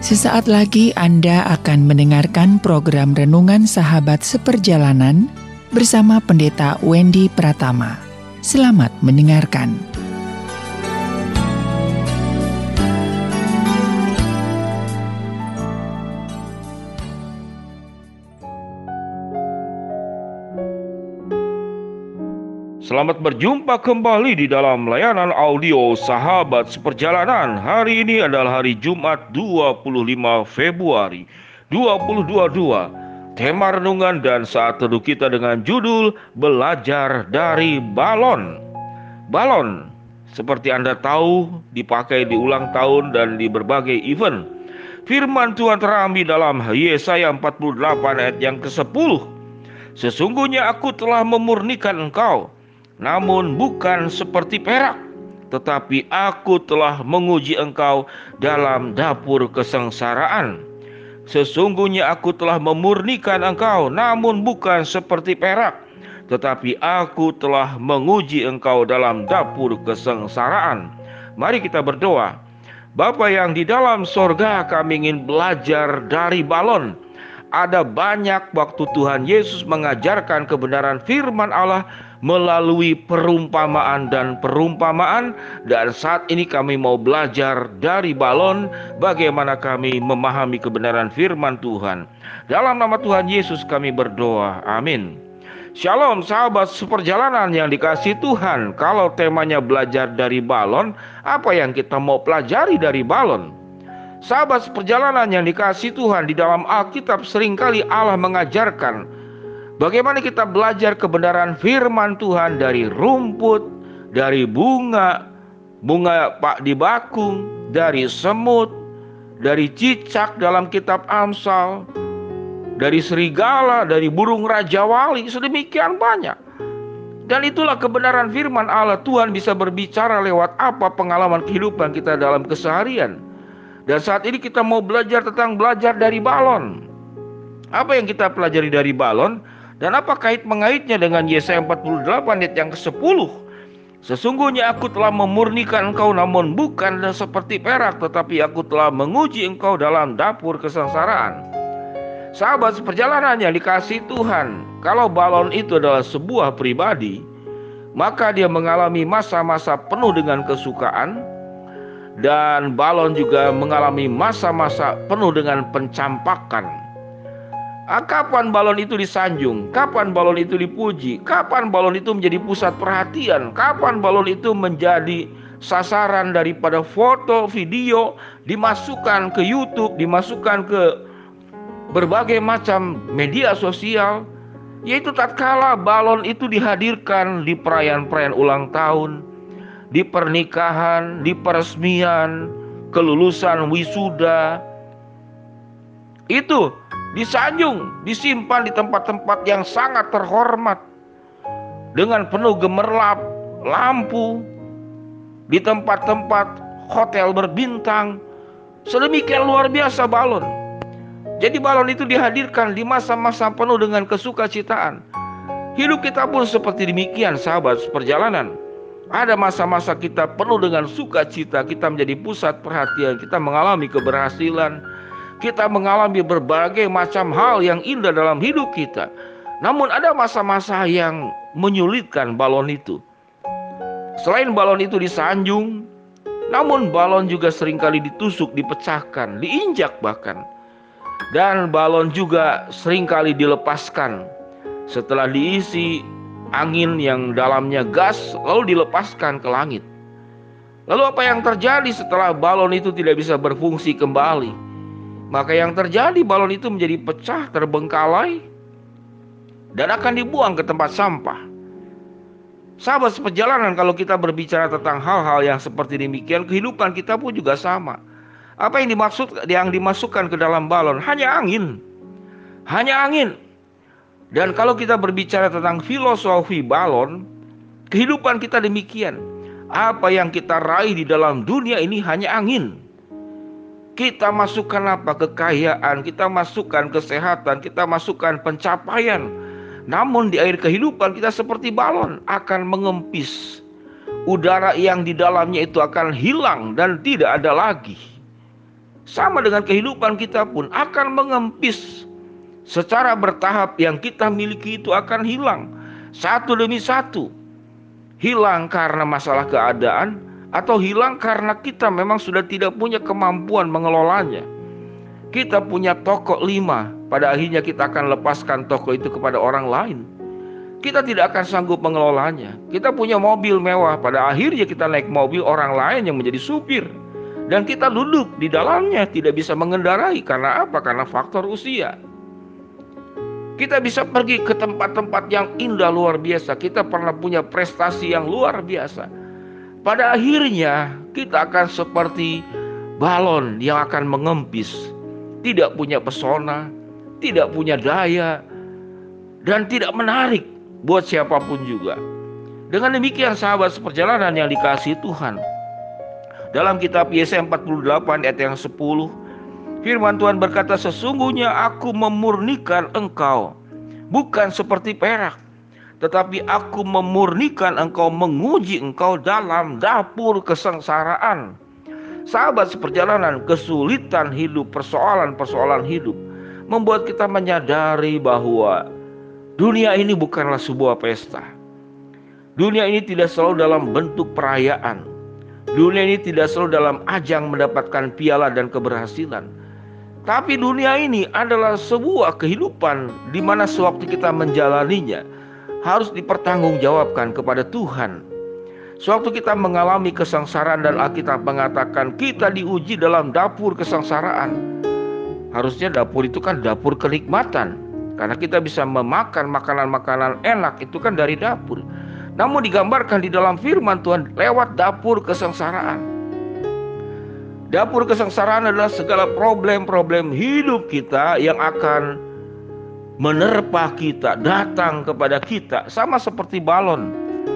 Sesaat lagi Anda akan mendengarkan program Renungan Sahabat Seperjalanan bersama Pendeta Wendy Pratama. Selamat mendengarkan. Selamat berjumpa kembali di dalam layanan audio Sahabat Seperjalanan. Hari ini adalah hari Jumat 25 Februari 2022. Tema renungan dan saat teduh kita dengan judul Belajar dari Balon. Balon, seperti Anda tahu, dipakai di ulang tahun dan di berbagai event. Firman Tuhan terambil dalam Yesaya 48 ayat yang ke-10. Sesungguhnya aku telah memurnikan engkau, namun bukan seperti perak, tetapi aku telah menguji engkau dalam dapur kesengsaraan. Sesungguhnya aku telah memurnikan engkau, namun bukan seperti perak, tetapi aku telah menguji engkau dalam dapur kesengsaraan. Mari kita berdoa. Bapa yang di dalam sorga, kami ingin belajar dari balon. Ada banyak waktu Tuhan Yesus mengajarkan kebenaran firman Allah melalui perumpamaan dan saat ini kami mau belajar dari balon bagaimana kami memahami kebenaran firman Tuhan. Dalam nama Tuhan Yesus kami berdoa, amin. Shalom sahabat seperjalanan yang dikasihi Tuhan. Kalau temanya belajar dari balon, apa yang kita mau pelajari dari balon? Sahabat seperjalanan yang dikasihi Tuhan, di dalam Alkitab seringkali Allah mengajarkan bagaimana kita belajar kebenaran firman Tuhan dari rumput, dari bunga pak di bakung, dari semut, dari cicak dalam kitab Amsal, dari serigala, dari burung rajawali, sedemikian banyak. Dan itulah kebenaran firman Allah. Tuhan bisa berbicara lewat apa pengalaman kehidupan kita dalam keseharian. Dan saat ini kita mau belajar dari balon. Apa yang kita pelajari dari balon? Dan apa mengaitnya dengan Yesaya 48 ayat yang ke-10? Sesungguhnya aku telah memurnikan engkau, namun bukan seperti perak, tetapi aku telah menguji engkau dalam dapur kesengsaraan. Sahabat seperjalanan yang dikasihi Tuhan, kalau balon itu adalah sebuah pribadi, maka dia mengalami masa-masa penuh dengan kesukaan. Dan balon juga mengalami masa-masa penuh dengan pencampakan. Kapan balon itu disanjung? Kapan balon itu dipuji? Kapan balon itu menjadi pusat perhatian? Kapan balon itu menjadi sasaran daripada foto, video, dimasukkan ke YouTube, dimasukkan ke berbagai macam media sosial? Yaitu tatkala balon itu dihadirkan di perayaan-perayaan ulang tahun, di pernikahan, di peresmian, kelulusan, wisuda. Itu disanjung, disimpan di tempat-tempat yang sangat terhormat dengan penuh gemerlap lampu, di tempat-tempat hotel berbintang. Sedemikian luar biasa balon. Jadi balon itu dihadirkan di masa-masa penuh dengan kesukacitaan. Hidup kita pun seperti demikian sahabat seperjalanan. Ada masa-masa kita penuh dengan sukacita, kita menjadi pusat perhatian, kita mengalami keberhasilan, kita mengalami berbagai macam hal yang indah dalam hidup kita. Namun ada masa-masa yang menyulitkan balon itu. Selain balon itu disanjung, namun balon juga seringkali ditusuk, dipecahkan, diinjak bahkan. Dan balon juga seringkali dilepaskan setelah diisi angin yang dalamnya gas, lalu dilepaskan ke langit. Lalu apa yang terjadi setelah balon itu tidak bisa berfungsi kembali? Maka yang terjadi, balon itu menjadi pecah, terbengkalai, dan akan dibuang ke tempat sampah. Sahabat seperjalanan, kalau kita berbicara tentang hal-hal yang seperti demikian, kehidupan kita pun juga sama. Apa yang dimasukkan ke dalam balon? Hanya angin. Hanya angin. Dan kalau kita berbicara tentang filosofi balon, kehidupan kita demikian. Apa yang kita raih di dalam dunia ini hanya angin. Kita masukkan apa? Kekayaan, kita masukkan kesehatan, kita masukkan pencapaian. Namun di akhir kehidupan kita seperti balon, akan mengempis. Udara yang di dalamnya itu akan hilang dan tidak ada lagi. Sama dengan kehidupan kita pun akan mengempis. Secara bertahap yang kita miliki itu akan hilang, satu demi satu. Hilang karena masalah keadaan, atau hilang karena kita memang sudah tidak punya kemampuan mengelolanya. Kita punya toko 5, pada akhirnya kita akan lepaskan toko itu kepada orang lain. Kita tidak akan sanggup mengelolanya. Kita punya mobil mewah, pada akhirnya kita naik mobil orang lain yang menjadi supir. Dan kita duduk di dalamnya, tidak bisa mengendarai. Karena apa? Karena faktor usia. Kita bisa pergi ke tempat-tempat yang indah luar biasa. Kita pernah punya prestasi yang luar biasa. Pada akhirnya kita akan seperti balon yang akan mengempis. Tidak punya pesona, tidak punya daya, dan tidak menarik buat siapapun juga. Dengan demikian sahabat seperjalanan yang dikasihi Tuhan, dalam kitab Yesaya 48 ayat yang 10, firman Tuhan berkata, sesungguhnya aku memurnikan engkau, bukan seperti perak, tetapi aku memurnikan engkau, menguji engkau dalam dapur kesengsaraan. Sahabat seperjalanan, kesulitan hidup, persoalan-persoalan hidup membuat kita menyadari bahwa dunia ini bukanlah sebuah pesta. Dunia ini tidak selalu dalam bentuk perayaan. Dunia ini tidak selalu dalam ajang mendapatkan piala dan keberhasilan. Tapi dunia ini adalah sebuah kehidupan di mana sewaktu kita menjalaninya harus dipertanggungjawabkan kepada Tuhan. Sewaktu kita mengalami kesengsaraan dan Alkitab mengatakan kita diuji dalam dapur kesengsaraan. Harusnya dapur itu kan dapur kenikmatan, karena kita bisa memakan makanan-makanan enak itu kan dari dapur. Namun digambarkan di dalam firman Tuhan lewat dapur kesengsaraan. Dapur kesengsaraan adalah segala problem-problem hidup kita yang akan menerpa kita, datang kepada kita. Sama seperti balon.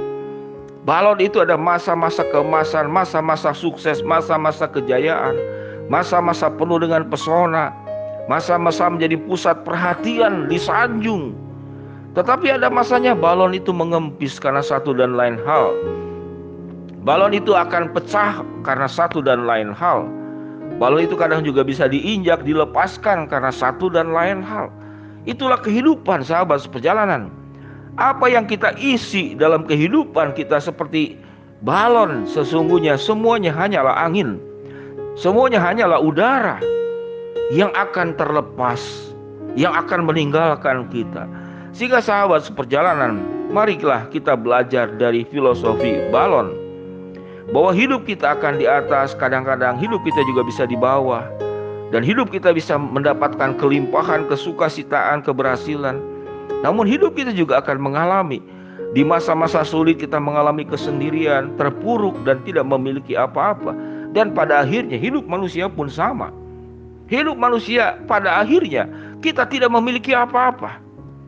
Balon itu ada masa-masa keemasan, masa-masa sukses, masa-masa kejayaan, masa-masa penuh dengan pesona, masa-masa menjadi pusat perhatian, disanjung. Tetapi ada masanya balon itu mengempis karena satu dan lain hal. Balon itu akan pecah karena satu dan lain hal. Balon itu kadang juga bisa diinjak, dilepaskan karena satu dan lain hal. Itulah kehidupan sahabat seperjalanan. Apa yang kita isi dalam kehidupan kita seperti balon, sesungguhnya semuanya hanyalah angin. Semuanya hanyalah udara yang akan terlepas, yang akan meninggalkan kita. Sehingga sahabat seperjalanan, marilah kita belajar dari filosofi balon, bahwa hidup kita akan di atas, kadang-kadang hidup kita juga bisa di bawah. Dan hidup kita bisa mendapatkan kelimpahan, kesukasitaan, keberhasilan. Namun hidup kita juga akan mengalami, di masa-masa sulit kita mengalami kesendirian, terpuruk dan tidak memiliki apa-apa. Dan pada akhirnya hidup manusia pun sama. Hidup manusia pada akhirnya kita tidak memiliki apa-apa.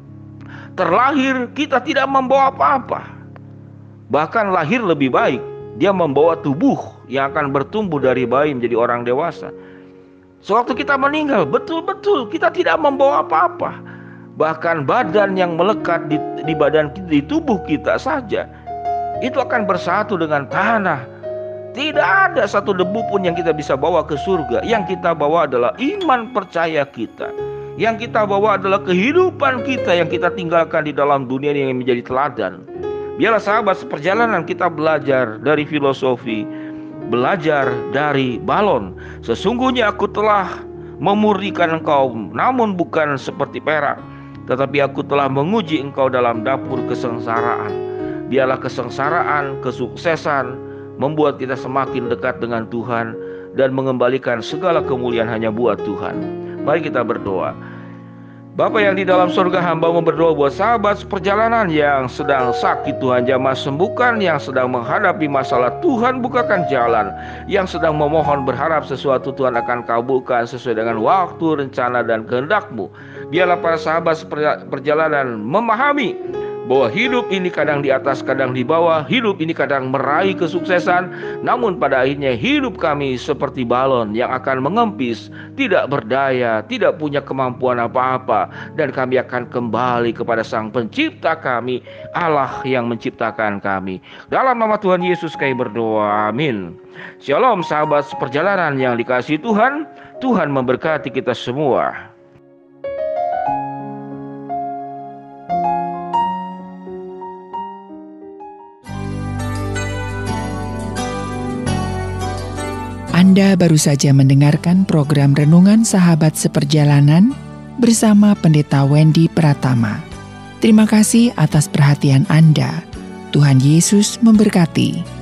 Terlahir kita tidak membawa apa-apa. Bahkan lahir lebih baik, dia membawa tubuh yang akan bertumbuh dari bayi menjadi orang dewasa. Sewaktu kita meninggal, betul-betul kita tidak membawa apa-apa. Bahkan badan yang melekat di badan kita, di tubuh kita saja, itu akan bersatu dengan tanah. Tidak ada satu debu pun yang kita bisa bawa ke surga. Yang kita bawa adalah iman percaya kita. Yang kita bawa adalah kehidupan kita yang kita tinggalkan di dalam dunia ini yang menjadi teladan. Biarlah sahabat seperjalanan kita belajar dari filosofi, belajar dari balon. Sesungguhnya aku telah memurnikan engkau, namun bukan seperti perak, tetapi aku telah menguji engkau dalam dapur kesengsaraan. Biarlah kesengsaraan, kesuksesan membuat kita semakin dekat dengan Tuhan dan mengembalikan segala kemuliaan hanya buat Tuhan. Mari kita berdoa. Bapa yang di dalam surga, hamba-Mu berdoa buat sahabat seperjalanan yang sedang sakit, Tuhan jamah sembuhkan. Yang sedang menghadapi masalah, Tuhan bukakan jalan. Yang sedang memohon berharap sesuatu, Tuhan akan kabulkan sesuai dengan waktu, rencana dan kehendak-Mu. Biarlah para sahabat seperjalanan memahami bahwa hidup ini kadang di atas, kadang di bawah, hidup ini kadang meraih kesuksesan, namun pada akhirnya hidup kami seperti balon yang akan mengempis, tidak berdaya, tidak punya kemampuan apa-apa, dan kami akan kembali kepada Sang Pencipta kami, Allah yang menciptakan kami. Dalam nama Tuhan Yesus kami berdoa, amin. Shalom sahabat seperjalanan yang dikasihi Tuhan, Tuhan memberkati kita semua. Anda baru saja mendengarkan program Renungan Sahabat Seperjalanan bersama Pendeta Wendy Pratama. Terima kasih atas perhatian Anda. Tuhan Yesus memberkati.